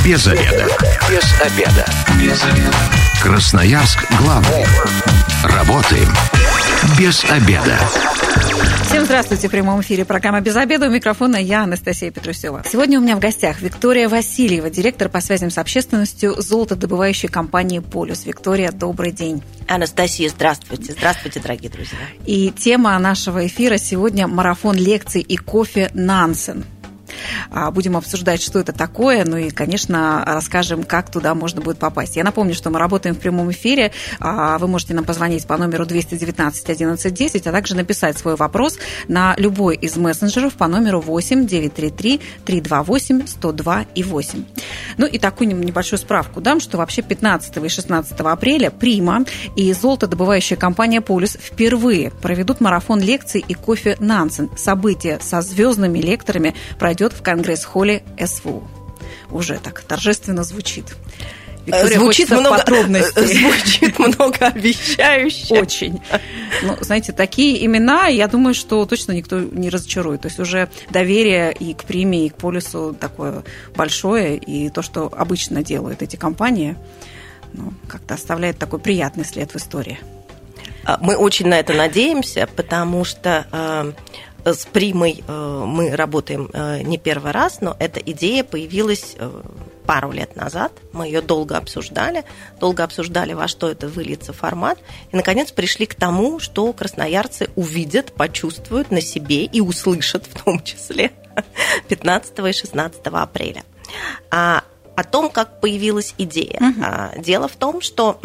Без обеда. Без обеда. Без обеда. Красноярск главный. Работаем без обеда. Всем здравствуйте. В прямом эфире программа «Без обеда». У микрофона я, Анастасия Петрусева. Сегодня у меня в гостях Виктория Васильева, директор по связям с общественностью золотодобывающей компании «Полюс». Виктория, добрый день. Анастасия, здравствуйте. Здравствуйте, дорогие друзья. И тема нашего эфира сегодня – марафон лекций и кофе «Нансен». Будем обсуждать, что это такое, ну и, конечно, расскажем, как туда можно будет попасть. Я напомню, что мы работаем в прямом эфире. Вы можете нам позвонить по номеру 219 11 10, а также написать свой вопрос на любой из мессенджеров по номеру 8 933 328 102 и 8. Ну и такую небольшую справку дам, что вообще 15 и 16 апреля Прима и золотодобывающая компания «Полюс» впервые проведут марафон лекций и кофе «Нансен». Событие со звездными лекторами пройдет в Конгресс-холле СВУ. Уже так торжественно звучит. Виктория, звучит много подробностей. Звучит многообещающе. Очень. Ну, знаете, такие имена, я думаю, что точно никто не разочарует. То есть уже доверие и к Приме, и к Полюсу такое большое. И то, что обычно делают эти компании, как-то оставляет такой приятный след в истории. Мы очень на это надеемся, потому что с Примой мы работаем не первый раз, но эта идея появилась пару лет назад. Мы ее долго обсуждали, во что это выльется формат. И, наконец, пришли к тому, что красноярцы увидят, почувствуют на себе и услышат, в том числе, 15 и 16 апреля. О том, как появилась идея. Дело в том, что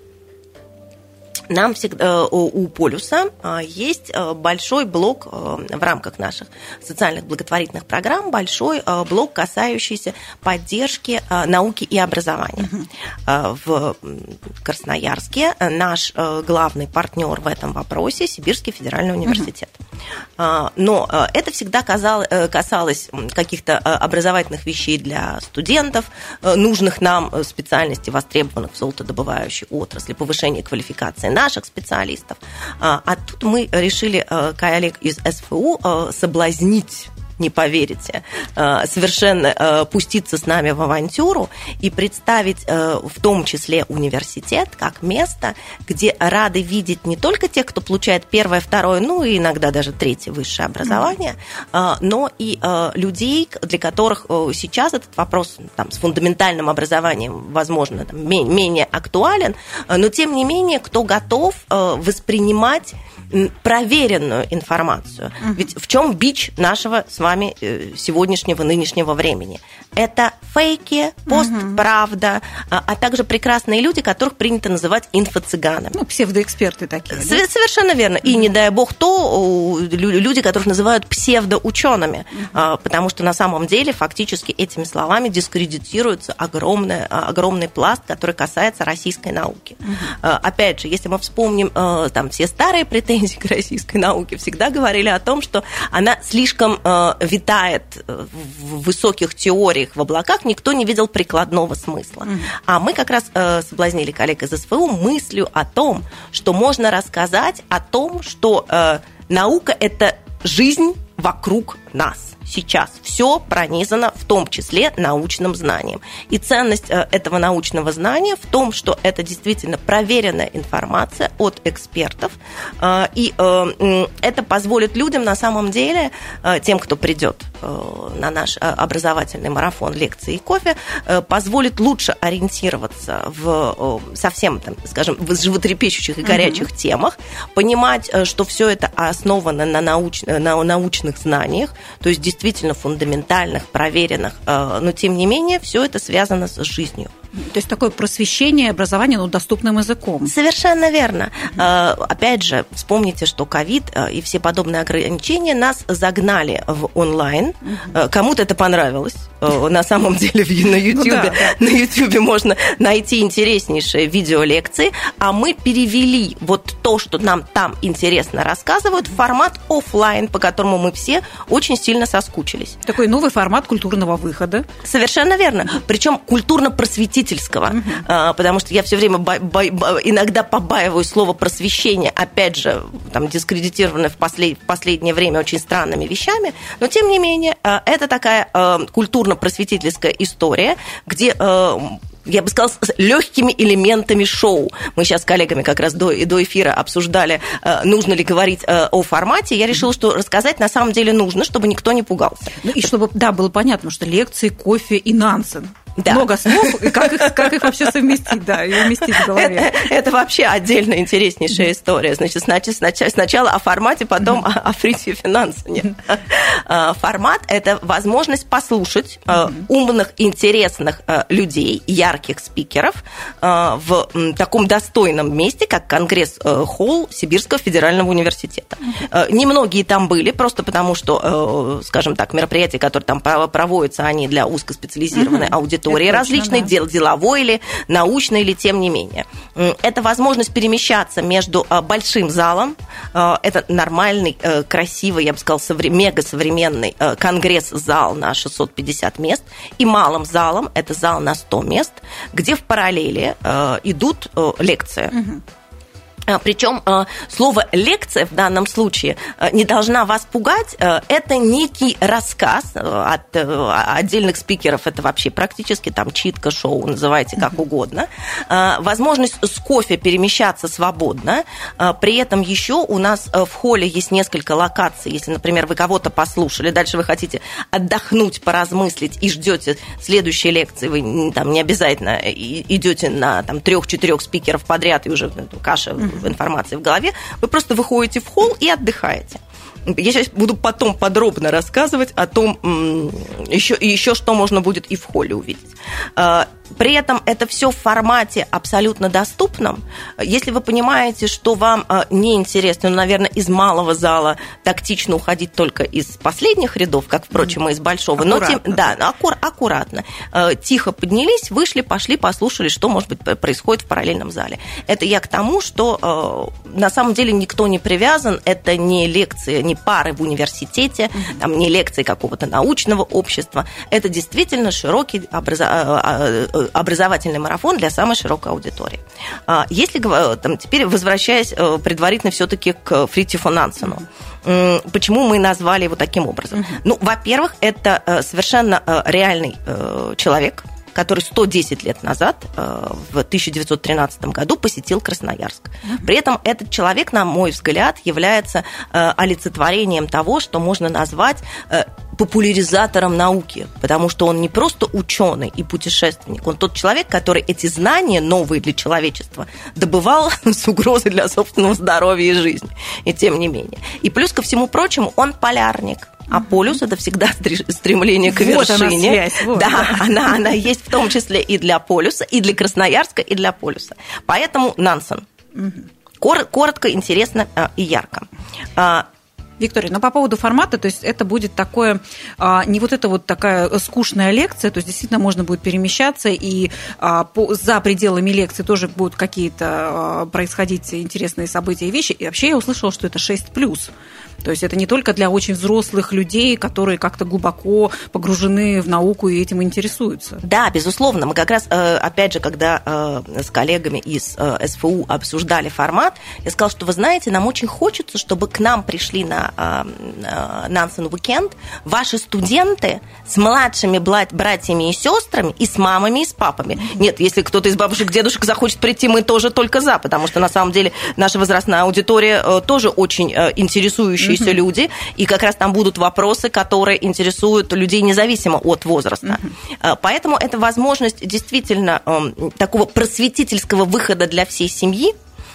нам всегда у «Полюса» есть большой блок в рамках наших социальных благотворительных программ, большой блок, касающийся поддержки науки и образования. В Красноярске наш главный партнер в этом вопросе – Сибирский федеральный университет. Но это всегда касалось каких-то образовательных вещей для студентов, нужных нам специальностей, востребованных в золотодобывающей отрасли, повышения квалификации наших специалистов. А тут мы решили коллег из СФУ соблазнить, не поверите, совершенно пуститься с нами в авантюру и представить в том числе университет как место, где рады видеть не только тех, кто получает первое, второе, ну и иногда даже третье высшее образование, но и людей, для которых сейчас этот вопрос с фундаментальным образованием, возможно, менее актуален, но тем не менее, кто готов воспринимать проверенную информацию. Ведь в чем бич нашего с вами сегодняшнего, нынешнего времени? Это фейки, постправда, а также прекрасные люди, которых принято называть инфо-цыганами. Псевдоэксперты такие. Совершенно верно. И не дай бог люди, которых называют псевдоучеными, потому что на самом деле фактически этими словами дискредитируется огромный пласт, который касается российской науки. Опять же, если мы вспомним все старые претензии к российской науке, всегда говорили о том, что она слишком витает в высоких теориях, в облаках, никто не видел прикладного смысла. А мы как раз соблазнили коллег из СФУ мыслью о том, что можно рассказать о том, что наука – это жизнь вокруг нас. Сейчас все пронизано в том числе научным знанием. И ценность этого научного знания в том, что это действительно проверенная информация от экспертов. И это позволит людям на самом деле, тем, кто придет на наш образовательный марафон лекций и кофе, позволит лучше ориентироваться в совсем, в животрепещущих и горячих темах, понимать, что все это основано на научных знаниях, то есть действительно фундаментальных, проверенных, но тем не менее все это связано с жизнью. То есть такое просвещение, образование доступным языком. Совершенно верно. Опять же, вспомните, что ковид и все подобные ограничения нас загнали в онлайн. Кому-то это понравилось. На самом деле на YouTube можно найти интереснейшие видеолекции, а мы перевели вот то, что нам там интересно рассказывают, в формат офлайн, по которому мы все очень сильно соскучились. Такой новый формат культурного выхода. Совершенно верно. Причем культурно-просветительный просветительского, потому что я все время иногда побаиваюсь слова просвещение, опять же, там, дискредитированное в последнее время очень странными вещами, но, тем не менее, это такая культурно-просветительская история, где... я бы сказала, с легкими элементами шоу. Мы сейчас с коллегами как раз до эфира обсуждали, нужно ли говорить о формате. Я решила, что рассказать на самом деле нужно, чтобы никто не пугался. Ну и чтобы, да, было понятно, что лекции, кофе и Нансен. Да. Много слов, и как их вообще совместить, да, и уместить в голове. Это вообще отдельно интереснейшая история. Значит, сначала о формате, потом о Фритьёфе Нансене. Формат – это возможность послушать умных, интересных людей, ярких спикеров в таком достойном месте, как Конгресс-холл Сибирского федерального университета. Немногие там были, просто потому что, скажем так, мероприятия, которые там проводятся, они для узкоспециализированной аудитории, различной, деловой или научной, или тем не менее. Это возможность перемещаться между большим залом, это нормальный, красивый, я бы сказала, мега-современный конгресс-зал на 650 мест, и малым залом, это зал на 100 мест, где в параллели идут лекции. Причем слово «лекция» в данном случае не должна вас пугать. Это некий рассказ от отдельных спикеров. Это вообще практически там читка, шоу, называйте как угодно. Возможность с кофе перемещаться свободно. При этом еще у нас в холле есть несколько локаций. Если, например, вы кого-то послушали, дальше вы хотите отдохнуть, поразмыслить и ждете следующей лекции, вы там не обязательно идете на 3-4 спикеров подряд и уже каша информации в голове, вы просто выходите в холл и отдыхаете. Я сейчас буду потом подробно рассказывать о том, еще что можно будет и в холле увидеть. При этом это все в формате абсолютно доступном. Если вы понимаете, что вам неинтересно, наверное, из малого зала тактично уходить только из последних рядов, как, впрочем, и из большого. Аккуратно. Но аккуратно. Тихо поднялись, вышли, пошли, послушали, что, может быть, происходит в параллельном зале. Это я к тому, что на самом деле никто не привязан. Это не лекции, не пары в университете, там, не лекции какого-то научного общества. Это действительно широкий образовательный марафон для самой широкой аудитории. Если теперь возвращаясь предварительно все-таки к Фритьёфу Нансену, почему мы назвали его таким образом? Ну, во-первых, это совершенно реальный человек, который 110 лет назад, в 1913 году, посетил Красноярск. При этом этот человек, на мой взгляд, является олицетворением того, что можно назвать популяризатором науки, потому что он не просто ученый и путешественник, он тот человек, который эти знания, новые для человечества, добывал с угрозой для собственного здоровья и жизни, и тем не менее. И плюс ко всему прочему, он полярник. А полюс – это всегда стремление к вершине. Вот она связь. Вот, да, она есть в том числе и для полюса, и для Красноярска, и для полюса. Поэтому Нансен. Коротко, интересно и ярко. Виктория, но по поводу формата, то есть это будет такое, не вот эта вот такая скучная лекция, то есть действительно можно будет перемещаться, и за пределами лекции тоже будут какие-то происходить интересные события и вещи. И вообще я услышала, что это 6+. То есть это не только для очень взрослых людей, которые как-то глубоко погружены в науку и этим интересуются. Да, безусловно. Мы как раз, опять же, когда с коллегами из СФУ обсуждали формат, я сказала, что, вы знаете, нам очень хочется, чтобы к нам пришли на Нансен Уикенд ваши студенты с младшими братьями и сестрами, и с мамами, и с папами. Нет, если кто-то из бабушек, дедушек захочет прийти, мы тоже только за, потому что, на самом деле, наша возрастная аудитория тоже очень интересующая люди, и как раз там будут вопросы, которые интересуют людей независимо от возраста. Поэтому это возможность действительно такого просветительского выхода для всей семьи,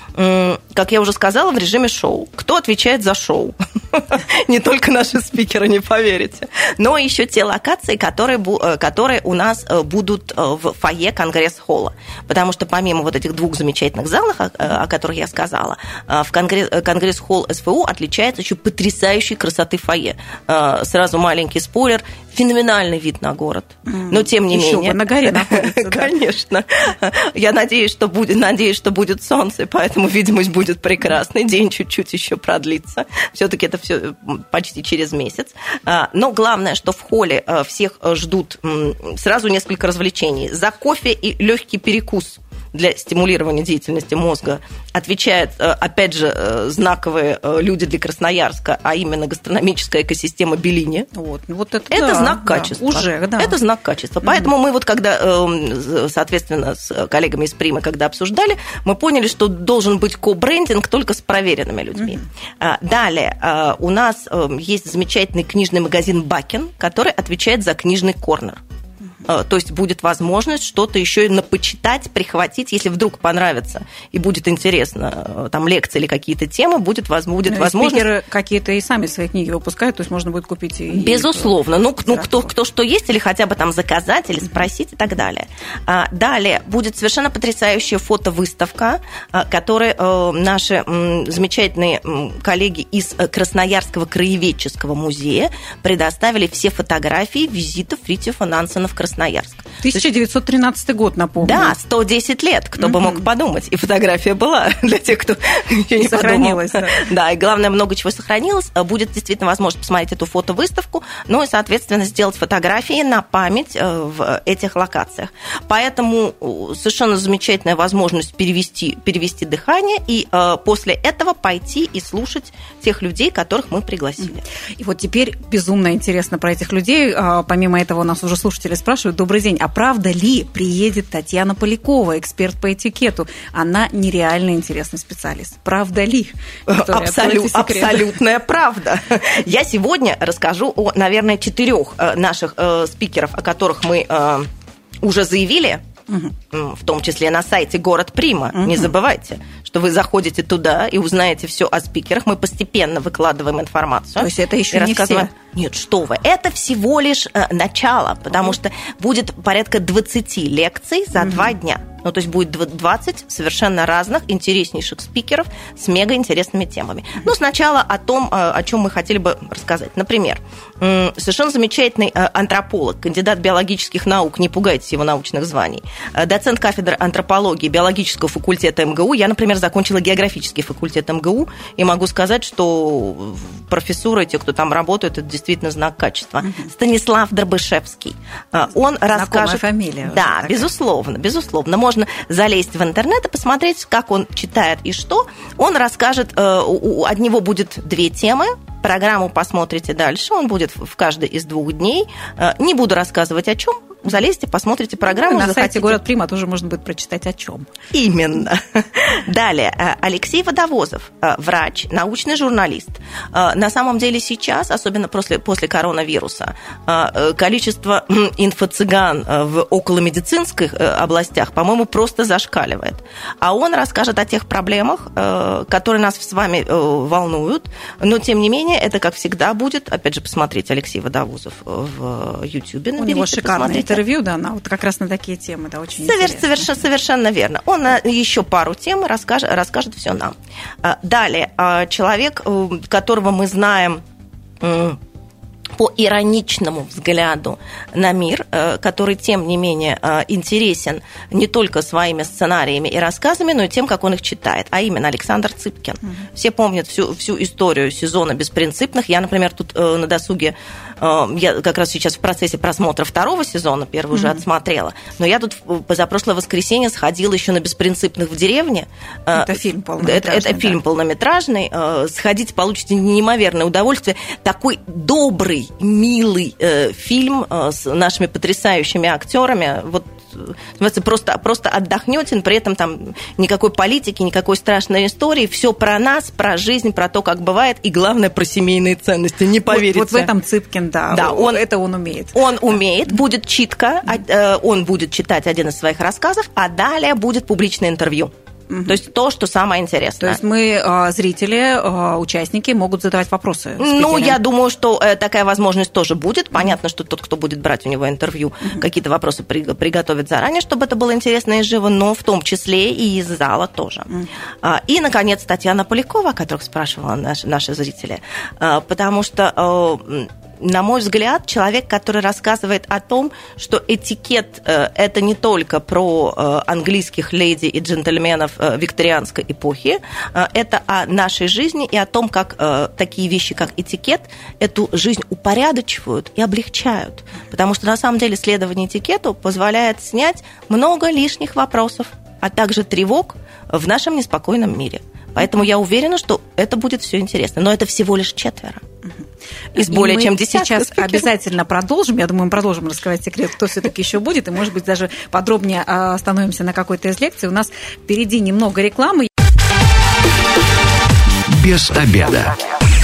как я уже сказала, в режиме шоу. Кто отвечает за шоу? Не только наши спикеры, не поверите. Но еще те локации, которые у нас будут в фойе Конгресс-холла. Потому что помимо вот этих двух замечательных залов, о которых я сказала, в Конгресс-холл СФУ отличается еще потрясающей красоты фойе. Сразу маленький спойлер. феноменальный вид на город. Но тем не менее... на горе находится. Конечно. Я надеюсь, что будет солнце, поэтому видимость будет прекрасной. День чуть-чуть еще продлится. Все-таки это все почти через месяц. Но главное, что в холле всех ждут сразу несколько развлечений. За кофе и легкий перекус для стимулирования деятельности мозга отвечают, опять же, знаковые люди для Красноярска, а именно гастрономическая экосистема Беллини. Это знак качества. Это знак качества. Поэтому мы когда, соответственно, с коллегами из Примы, когда обсуждали, мы поняли, что должен быть ко-брендинг только с проверенными людьми. Далее, у нас есть замечательный книжный магазин «Бакин», который отвечает за книжный корнер. То есть будет возможность что-то еще и почитать, прихватить, если вдруг понравится и будет интересно, там лекции или какие-то темы, будет возможность... Спикеры какие-то и сами свои книги выпускают, то есть можно будет купить и... Безусловно. Кто что есть, или хотя бы там заказать, или спросить и так далее. Далее будет совершенно потрясающая фотовыставка, которую наши замечательные коллеги из Красноярского краеведческого музея предоставили все фотографии визита Фритьёфа Нансена в Красноярск. 1913 год, напомню. Да, 110 лет, кто бы мог подумать. И фотография была для тех, кто еще не сохранилась. Да, и главное, много чего сохранилось. Будет действительно возможность посмотреть эту фотовыставку, ну и, соответственно, сделать фотографии на память в этих локациях. Поэтому совершенно замечательная возможность перевести дыхание и после этого пойти и слушать тех людей, которых мы пригласили. И вот теперь безумно интересно про этих людей. Помимо этого, у нас уже слушатели спрашивают: добрый день, а правда ли приедет Татьяна Полякова, эксперт по этикету? Она нереально интересный специалист. Правда ли? Абсолютная правда. Я сегодня расскажу о, наверное, 4 наших спикеров, о которых мы уже заявили, в том числе на сайте «Город Прима». Не забывайте, что вы заходите туда и узнаете все о спикерах. Мы постепенно выкладываем информацию. То есть это еще не все? Нет, что вы. Это всего лишь начало, потому что будет порядка 20 лекций за 2 дня. Ну, то есть будет 20 совершенно разных, интереснейших спикеров с мегаинтересными темами. Но сначала о том, о чем мы хотели бы рассказать. Например, совершенно замечательный антрополог, кандидат биологических наук, не пугайтесь его научных званий, доцент кафедры антропологии биологического факультета МГУ. Я, например, закончила географический факультет МГУ, и могу сказать, что профессура, те, кто там работает, это действительно знак качества. Станислав Дробышевский. Он расскажет... фамилия. Да, безусловно. Можно залезть в интернет и посмотреть, как он читает и что. Он расскажет, от него будет 2 темы. Программу посмотрите дальше, он будет в каждой из 2 дней. Не буду рассказывать о чем. Залезьте, посмотрите программу. На сайте «Город Прима» тоже можно будет прочитать о чем. Именно. Далее, Алексей Водовозов, врач, научный журналист. На самом деле сейчас, особенно после коронавируса, количество инфо-цыган в околомедицинских областях, по-моему, просто зашкаливает. А он расскажет о тех проблемах, которые нас с вами волнуют, но, тем не менее, это, как всегда, будет, опять же, посмотрите Алексей Водовозов в YouTube. У него шикарное интервью, да, она вот как раз на такие темы, да, очень интересно. Совершенно верно. Он еще пару тем расскажет все нам. Далее, человек, которого мы знаем по ироничному взгляду на мир, который, тем не менее, интересен не только своими сценариями и рассказами, но и тем, как он их читает, а именно Александр Цыпкин. Все помнят всю историю сезона «Беспринципных». Я, например, тут на досуге, я как раз сейчас в процессе просмотра 2-го сезона, 1-й уже отсмотрела, но я тут позапрошлое воскресенье сходила еще на «Беспринципных» в деревне. Это фильм полнометражный. Это фильм полнометражный. Сходите, получите неимоверное удовольствие. Такой добрый, милый фильм с нашими потрясающими актерами. Вот просто отдохнете, при этом там никакой политики, никакой страшной истории, все про нас, про жизнь, про то, как бывает, и главное, про семейные ценности, не поверите. Вот в этом Цыпкин, да, это он умеет. Он умеет, будет читка, он будет читать один из своих рассказов, а далее будет публичное интервью. То есть то, что самое интересное. То есть мы, зрители, участники, могут задавать вопросы. Ну, я думаю, что такая возможность тоже будет. Понятно, что тот, кто будет брать у него интервью, какие-то вопросы приготовит заранее, чтобы это было интересно и живо, но в том числе и из зала тоже. И, наконец, Татьяна Полякова, о которых спрашивала наши зрители, потому что на мой взгляд, человек, который рассказывает о том, что этикет – это не только про английских леди и джентльменов викторианской эпохи, это о нашей жизни и о том, как такие вещи, как этикет, эту жизнь упорядочивают и облегчают. Потому что, на самом деле, следование этикету позволяет снять много лишних вопросов, а также тревог в нашем неспокойном мире. Поэтому я уверена, что это будет все интересно. Но это всего лишь 4. Из более чем 10. Сейчас обязательно продолжим. Я думаю, мы продолжим раскрывать секрет, кто все-таки еще будет. И, может быть, даже подробнее остановимся на какой-то из лекций. У нас впереди немного рекламы. Без обеда.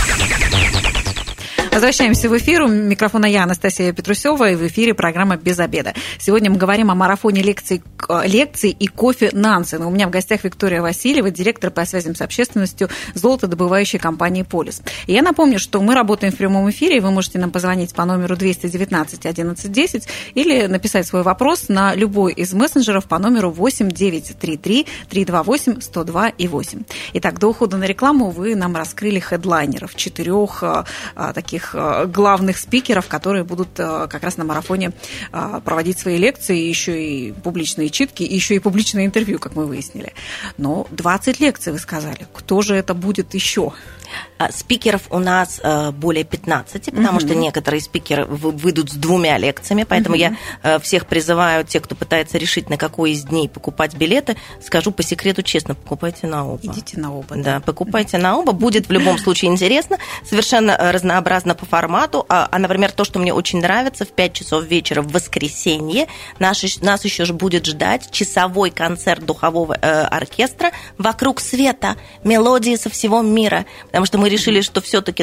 Возвращаемся в эфир. У микрофона я, Анастасия Петрусева, и в эфире программа «Без обеда». Сегодня мы говорим о марафоне лекций и кофе Нансен. У меня в гостях Виктория Васильева, директор по связям с общественностью золотодобывающей компании «Полюс». И я напомню, что мы работаем в прямом эфире, и вы можете нам позвонить по номеру 219 11 10 или написать свой вопрос на любой из мессенджеров по номеру 8 933 328 102 и 8. Итак, до ухода на рекламу вы нам раскрыли хедлайнеров, 4 таких главных спикеров, которые будут как раз на марафоне проводить свои лекции, еще и публичные читки, и еще и публичные интервью, как мы выяснили. Но 20 лекций, вы сказали. Кто же это будет еще? Спикеров у нас более 15, потому что некоторые спикеры выйдут с 2 лекциями, поэтому я всех призываю, те, кто пытается решить, на какой из дней покупать билеты, скажу по секрету честно, покупайте на оба. Идите на оба. Да, покупайте на оба, будет в любом случае интересно, совершенно разнообразно по формату, например, то, что мне очень нравится, в 5 часов вечера в воскресенье нас еще же будет ждать часовой концерт духового оркестра «Вокруг света», мелодии со всего мира, потому что мы решили, что все-таки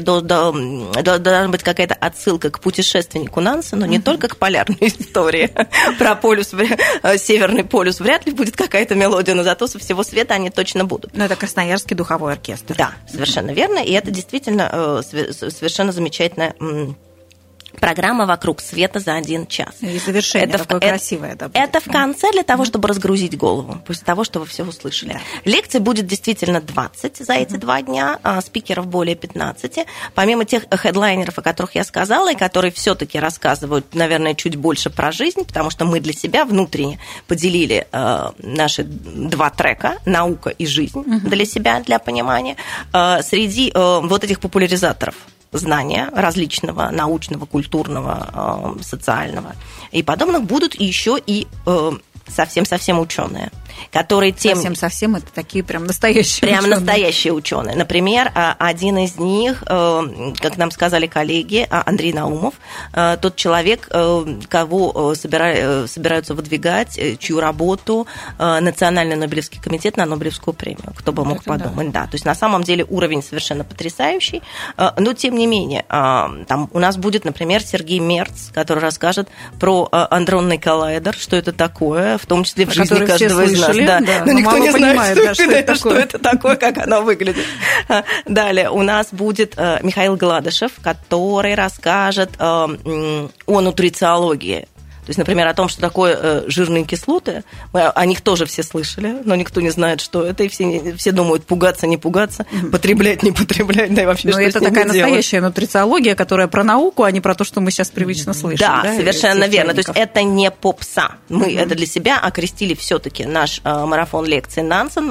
должна быть какая-то отсылка к путешественнику Нансену, не только к полярной истории про полюс, Северный полюс вряд ли будет какая-то мелодия, но зато со всего света они точно будут. Но это Красноярский духовой оркестр. Да, совершенно верно, и это действительно совершенно замечательная программа «Вокруг света» за 1 час. И завершение такое красивое. Да, это в конце для того, чтобы разгрузить голову, после того, что вы все услышали. Да. Лекций будет действительно 20 за эти 2 дня, спикеров более 15. Помимо тех хедлайнеров, о которых я сказала, и которые все-таки рассказывают, наверное, чуть больше про жизнь, потому что мы для себя внутренне поделили наши 2 трека «Наука» и «Жизнь» для себя, для понимания. Среди вот этих популяризаторов знания различного, научного, культурного, социального и подобных будут еще и совсем-совсем ученые, которые Совсем-совсем это такие прям настоящие прям ученые. Настоящие ученые. Например, один из них, как нам сказали коллеги, Андрей Наумов, тот человек, кого собираются выдвигать, чью работу Национальный Нобелевский комитет на Нобелевскую премию. Кто бы мог подумать. Да. То есть на самом деле уровень совершенно потрясающий, но тем не менее, там у нас будет, например, Сергей Мерц, который расскажет про андронный коллайдер, что это такое, в том числе в жизни каждого из нас. Да. Но никто не знает, что это такое, как оно выглядит. Далее у нас будет Михаил Гладышев, который расскажет о нутрициологии. То есть, например, о том, что такое жирные кислоты, мы о них тоже все слышали, но никто не знает, что это, и все думают, пугаться, не пугаться, потреблять, не потреблять, да и вообще, что это такая настоящая нутрициология, которая про науку, а не про то, что мы сейчас привычно слышим. Да, совершенно верно. То есть это не попса. Мы это для себя окрестили все-таки наш марафон лекций Нансен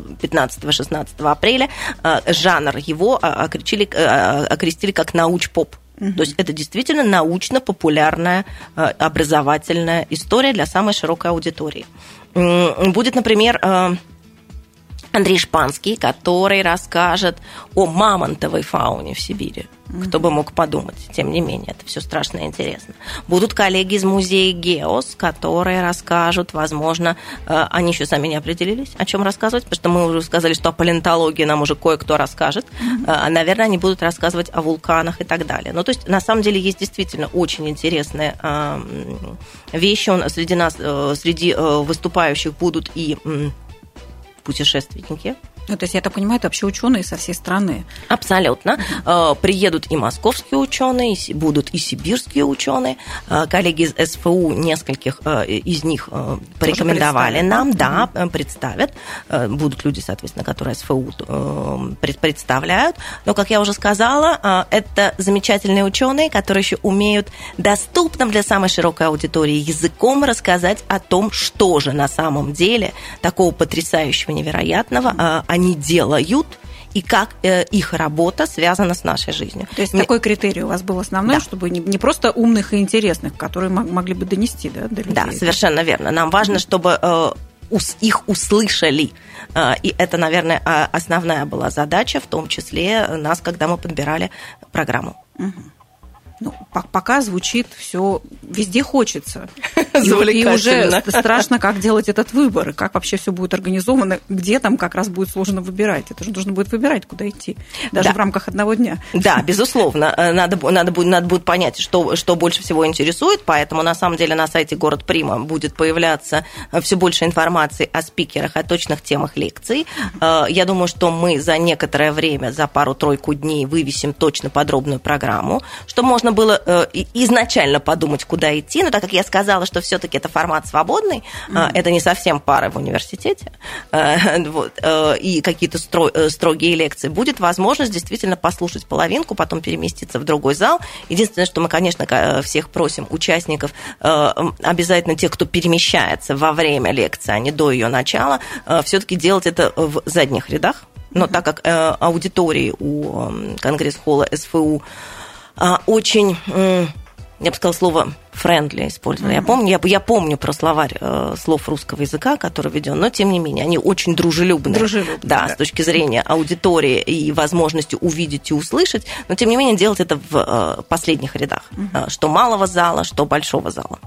15-16 апреля. Жанр его окрестили как науч-поп. То есть это действительно научно-популярная образовательная история для самой широкой аудитории. Будет, например, Андрей Шпанский, который расскажет о мамонтовой фауне в Сибири. Кто бы мог подумать, тем не менее, это все страшно интересно. Будут коллеги из музея ГЕОС, которые расскажут, возможно, они еще сами не определились, о чем рассказывать, потому что мы уже сказали, что о палеонтологии нам уже кое-кто расскажет. Наверное, они будут рассказывать о вулканах и так далее. Ну, то есть, на самом деле, есть действительно очень интересные вещи. Среди выступающих будут и путешественники, Ну, то есть, я так понимаю, это вообще ученые со всей страны. Абсолютно. Приедут и московские ученые, будут и сибирские ученые. Коллеги из СФУ, нескольких из них порекомендовали нам, да, представят. Будут люди, соответственно, которые СФУ представляют. Но, как я уже сказала, это замечательные ученые, которые еще умеют доступным для самой широкой аудитории языком рассказать о том, что же на самом деле такого потрясающего, невероятного они делают, и как их работа связана с нашей жизнью. То есть такой критерий у вас был основной, да, чтобы не просто умных и интересных, которые могли бы донести, да, до людей. Да, совершенно верно. Нам важно, чтобы их услышали. И это, наверное, основная была задача, в том числе нас, когда мы подбирали программу. Ну, пока звучит все, везде хочется. И уже страшно, как делать этот выбор, и как вообще все будет организовано, где там как раз будет сложно выбирать. Это же нужно будет выбирать, куда идти, даже в рамках одного дня. Да, безусловно. Надо будет понять, что больше всего интересует, поэтому на самом деле на сайте Город Прима будет появляться все больше информации о спикерах, о точных темах лекций. Я думаю, что мы за некоторое время, за пару-тройку дней вывесим точно подробную программу, что можно было изначально подумать, куда идти, но так как я сказала, что все-таки это формат свободный, это не совсем пары в университете, и какие-то строгие лекции, будет возможность действительно послушать половинку, потом переместиться в другой зал. Единственное, что мы, конечно, всех просим участников, обязательно тех, кто перемещается во время лекции, а не до ее начала, все-таки делать это в задних рядах. Но так как аудитории у Конгресс-холла СФУ очень, я бы сказала, слово friendly использовано. Я помню про словарь слов русского языка, который введен, но тем не менее, они очень дружелюбные. Да, с точки зрения аудитории и возможности увидеть и услышать, но тем не менее делать это в последних рядах, что малого зала, что большого зала.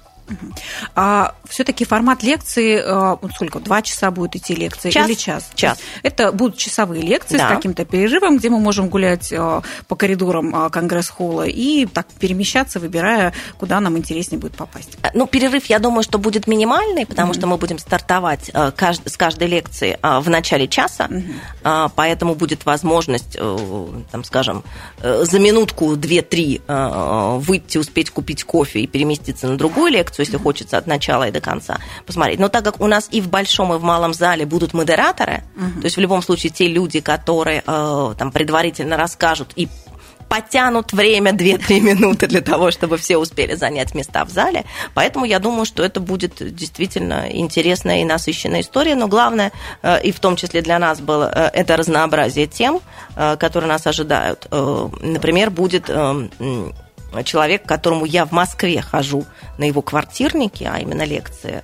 А все-таки формат лекции, сколько, 2 часа будет идти лекция или час? Час. Это будут часовые лекции, да, с каким-то перерывом, где мы можем гулять по коридорам Конгресс-холла и так перемещаться, выбирая, куда нам интереснее будет попасть. Ну, перерыв, я думаю, что будет минимальный, потому что мы будем стартовать с каждой лекции в начале часа, поэтому будет возможность, там, скажем, за минутку, 2-3 выйти, успеть купить кофе и переместиться на другую лекцию, если хочется от начала и до конца посмотреть. Но так как у нас и в большом, и в малом зале будут модераторы, то есть в любом случае те люди, которые там предварительно расскажут и потянут время 2-3 минуты для того, чтобы все успели занять места в зале. Поэтому я думаю, что это будет действительно интересная и насыщенная история. Но главное, и в том числе для нас было, это разнообразие тем, которые нас ожидают. Например, будет человек, к которому я в Москве хожу на его квартирнике, а именно лекции,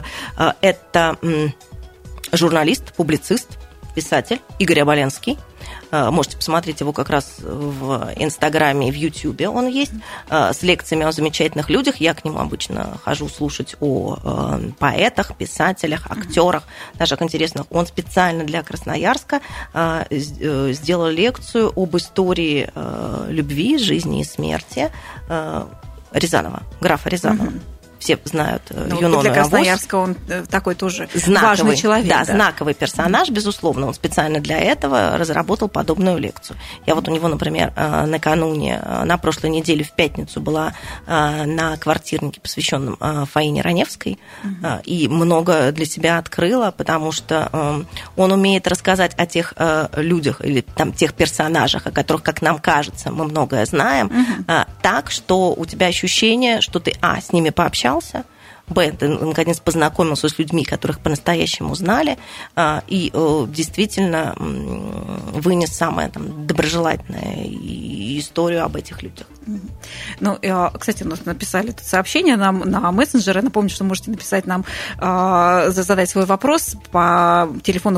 это журналист, публицист, писатель Игорь Оболенский. Можете посмотреть его как раз в Инстаграме и в Ютьюбе, он есть, с лекциями о замечательных людях. Я к нему обычно хожу слушать о поэтах, писателях, актерах, даже как интересных. Он специально для Красноярска сделал лекцию об истории любви, жизни и смерти Рязанова, графа Рязанова. Все знают Юнона. Для Красноярска он такой тоже важный человек. Да, знаковый персонаж, безусловно. Он специально для этого разработал подобную лекцию. Я вот у него, например, накануне, на прошлой неделе в пятницу была на квартирнике, посвященном Фаине Раневской, и много для себя открыла, потому что он умеет рассказать о тех людях или там, тех персонажах, о которых, как нам кажется, мы многое знаем, так, что у тебя ощущение, что ты, с ними пообщался, ты, наконец, познакомился с людьми, которых по-настоящему знали, и действительно вынес самое там, доброжелательное историю об этих людях. Ну, кстати, нас написали тут сообщение нам на мессенджер. Я напомню, что можете написать нам, задать свой вопрос по телефону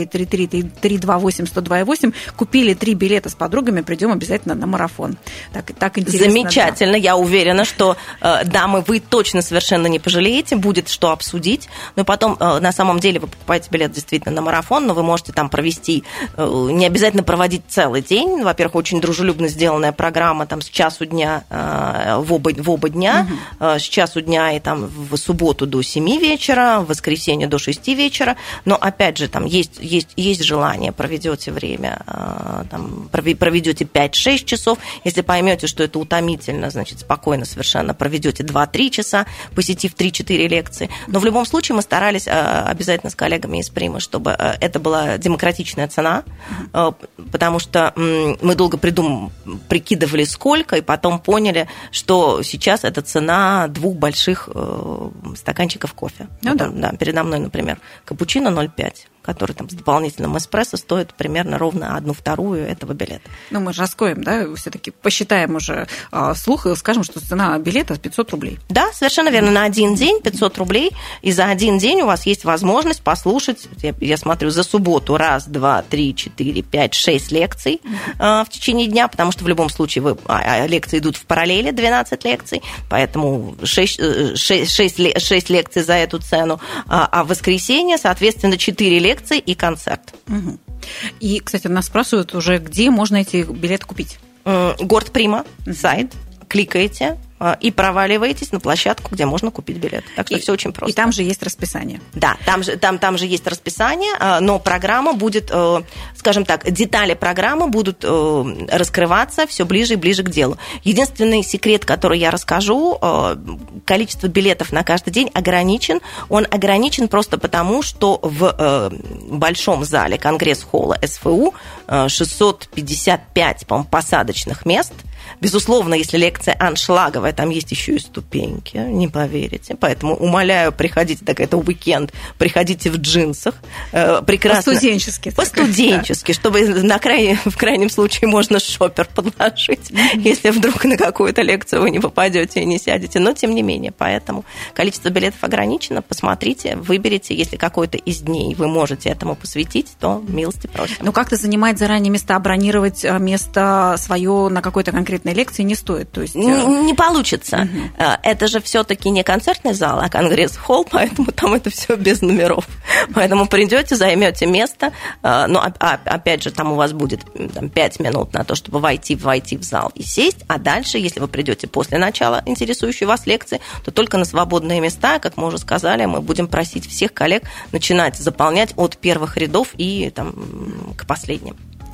8933-328-102-8. Купили 3 билета с подругами, придем обязательно на марафон. Так интересно. Замечательно. Да. Я уверена, что, дамы, вы точно совершенно не пожалеете, будет что обсудить. Но потом, на самом деле, вы покупаете билет действительно на марафон, но вы можете там провести, не обязательно проводить целый день. Во-первых, очень дружелюбно сделанная программа там с часу часу дня в оба дня, с часу дня и там в субботу до 7 вечера, в воскресенье до 6 вечера. Но опять же, там есть желание, проведете время, там, проведете 5-6 часов. Если поймете, что это утомительно, значит, спокойно совершенно проведете 2-3 часа, посетив 3-4 лекции. Но в любом случае мы старались обязательно с коллегами из Примы, чтобы это была демократичная цена, потому что мы долго прикидывали сколько, и потом поняли, что сейчас это цена 2 больших стаканчиков кофе. Ну, вот, да, передо мной, например, капучино 0,5, который там с дополнительным эспрессо стоит примерно ровно 1/2 этого билета. Ну, мы же раскроем, да, все-таки посчитаем уже вслух и скажем, что цена билета 500 рублей. Да, совершенно верно, на один день 500 рублей, и за один день у вас есть возможность послушать, я смотрю, за субботу 1, 2, 3, 4, 5, 6 лекций в течение дня, потому что в любом случае лекции идут в параллели, 12 лекций, поэтому 6 лекций за эту цену, а в воскресенье, соответственно, 4 лекции и концерт. Угу. И, кстати, нас спрашивают уже, где можно эти билеты купить? Город Прима, сайт, кликаете и проваливаетесь на площадку, где можно купить билет. Так что все очень просто. И там же есть расписание. Да, там же есть расписание, но программа будет, скажем так, детали программы будут раскрываться все ближе и ближе к делу. Единственный секрет, который я расскажу, количество билетов на каждый день ограничен. Он ограничен просто потому, что в большом зале Конгресс-холла СФУ 655, по-моему, посадочных мест. Безусловно, если лекция аншлаговая, там есть еще и ступеньки, не поверите. Поэтому умоляю, приходите, так это уикенд, приходите в джинсах. Прекрасно. По-студенчески. По-студенчески, чтобы в крайнем случае можно шопер подложить, если вдруг на какую-то лекцию вы не попадете и не сядете. Но тем не менее, поэтому количество билетов ограничено. Посмотрите, выберите, если какой-то из дней вы можете этому посвятить, то милости просим. Но как-то занимать заранее места, бронировать место свое на какой-то конкретной лекции не стоит. То есть... Не получится. Это же все-таки не концертный зал, а конгресс-холл, поэтому там это все без номеров. Поэтому придете, займете место, но опять же там у вас будет 5 минут на то, чтобы войти в зал и сесть, а дальше, если вы придете после начала интересующей вас лекции, то только на свободные места, как мы уже сказали, мы будем просить всех коллег начинать заполнять от первых рядов и там, к последним.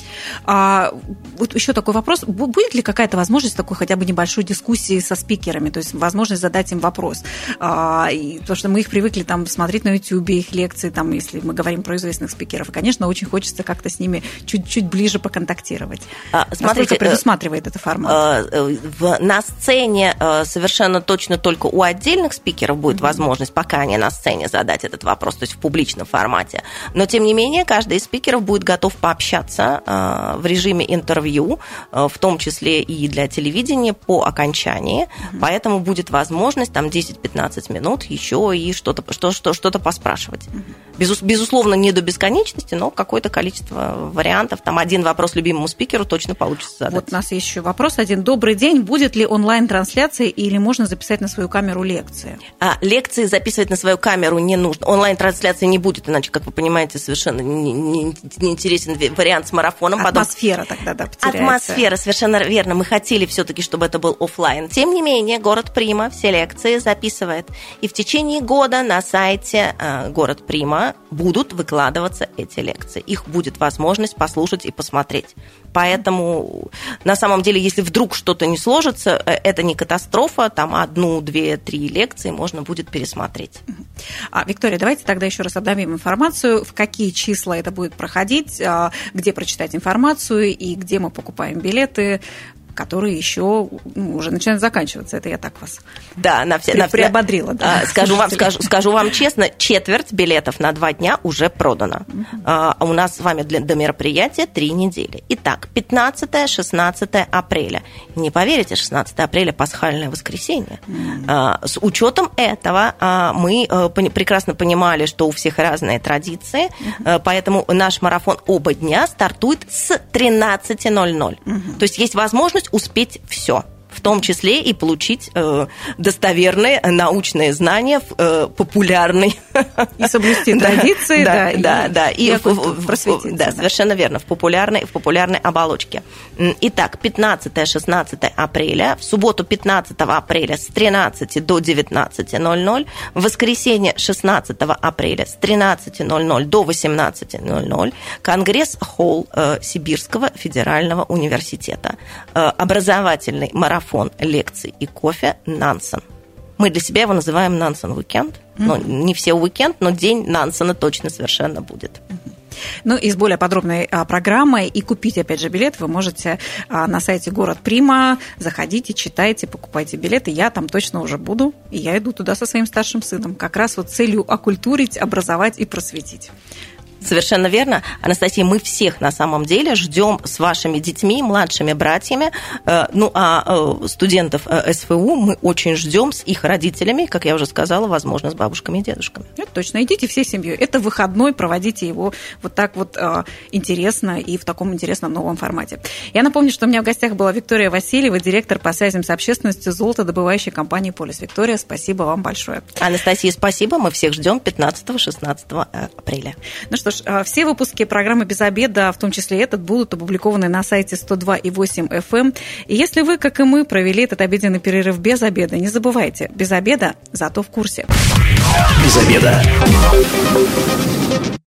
Вот еще такой вопрос. Будет ли какая-то возможность такой хотя бы небольшой дискуссии со спикерами, то есть возможность задать им вопрос? Потому что мы их привыкли там смотреть на YouTube, их лекции, там, если мы говорим про известных спикеров. И, конечно, очень хочется как-то с ними чуть ближе поконтактировать. Насколько предусматривает это формат? На сцене совершенно точно только у отдельных спикеров будет возможность, пока они на сцене, задать этот вопрос, то есть в публичном формате. Но, тем не менее, каждый из спикеров будет готов пообщаться в режиме интервью, в том числе и для телевидения по окончании, поэтому будет возможность там 10-15 минут еще и что-то поспрашивать. Безусловно, не до бесконечности, но какое-то количество вариантов. Там один вопрос любимому спикеру точно получится задать. Вот у нас есть еще вопрос один. Добрый день. Будет ли онлайн-трансляция или можно записать на свою камеру лекции? Лекции записывать на свою камеру не нужно. Онлайн-трансляции не будет, иначе, как вы понимаете, совершенно неинтересен вариант с марафоном. Атмосфера тогда, да, потеряется. Атмосфера, совершенно верно. Мы хотели все-таки, чтобы это был офлайн. Тем не менее, город Прима все лекции записывает. И в течение года на сайте город Прима будут выкладываться эти лекции. Их будет возможность послушать и посмотреть. Поэтому, на самом деле, если вдруг что-то не сложится, это не катастрофа. Там 1, 2, 3 лекции можно будет пересмотреть. Виктория, давайте тогда еще раз обновим информацию. В какие числа это будет проходить, где прочитать информацию и где мы покупаем билеты, которые еще уже начинают заканчиваться. Это я так вас приободрила. Да. Скажу вам честно, четверть билетов на 2 дня уже продано. У нас с вами до мероприятия 3 недели. Итак, 15-16 апреля. Не поверите, 16 апреля пасхальное воскресенье. С учетом этого мы прекрасно понимали, что у всех разные традиции, поэтому наш марафон оба дня стартует с 13:00. То есть есть возможность успеть все в том числе и получить достоверные научные знания в популярной... И соблюсти традиции, да. И совершенно верно, в популярной оболочке. Итак, 15-16 апреля, в субботу 15 апреля с 13 до 19:00, в воскресенье 16 апреля с 13:00 до 18:00 Конгресс-холл Сибирского федерального университета. Образовательный марафон лекций и кофе «Нансен». Мы для себя его называем «Нансен-уикенд». Но не все уикенд, но день Нансена точно совершенно будет. Ну и с более подробной программой и купить, опять же, билет вы можете на сайте «Город Прима». Заходите, читайте, покупайте билеты. Я там точно уже буду, и я иду туда со своим старшим сыном. Как раз вот целью окультурить, образовать и просветить. Совершенно верно. Анастасия, мы всех на самом деле ждем с вашими детьми, младшими братьями. Ну, а студентов СФУ мы очень ждем с их родителями, как я уже сказала, возможно, с бабушками и дедушками. Это точно. Идите всей семьей. Это выходной, проводите его вот так вот интересно и в таком интересном новом формате. Я напомню, что у меня в гостях была Виктория Васильева, директор по связям с общественностью золотодобывающей компании «Полюс». Виктория, спасибо вам большое. Анастасия, спасибо. Мы всех ждем 15-16 апреля. Ну что ж, все выпуски программы «Без обеда», в том числе этот, будут опубликованы на сайте 102.8 FM. И если вы, как и мы, провели этот обеденный перерыв без обеда, не забывайте, без обеда, зато в курсе. Без обеда.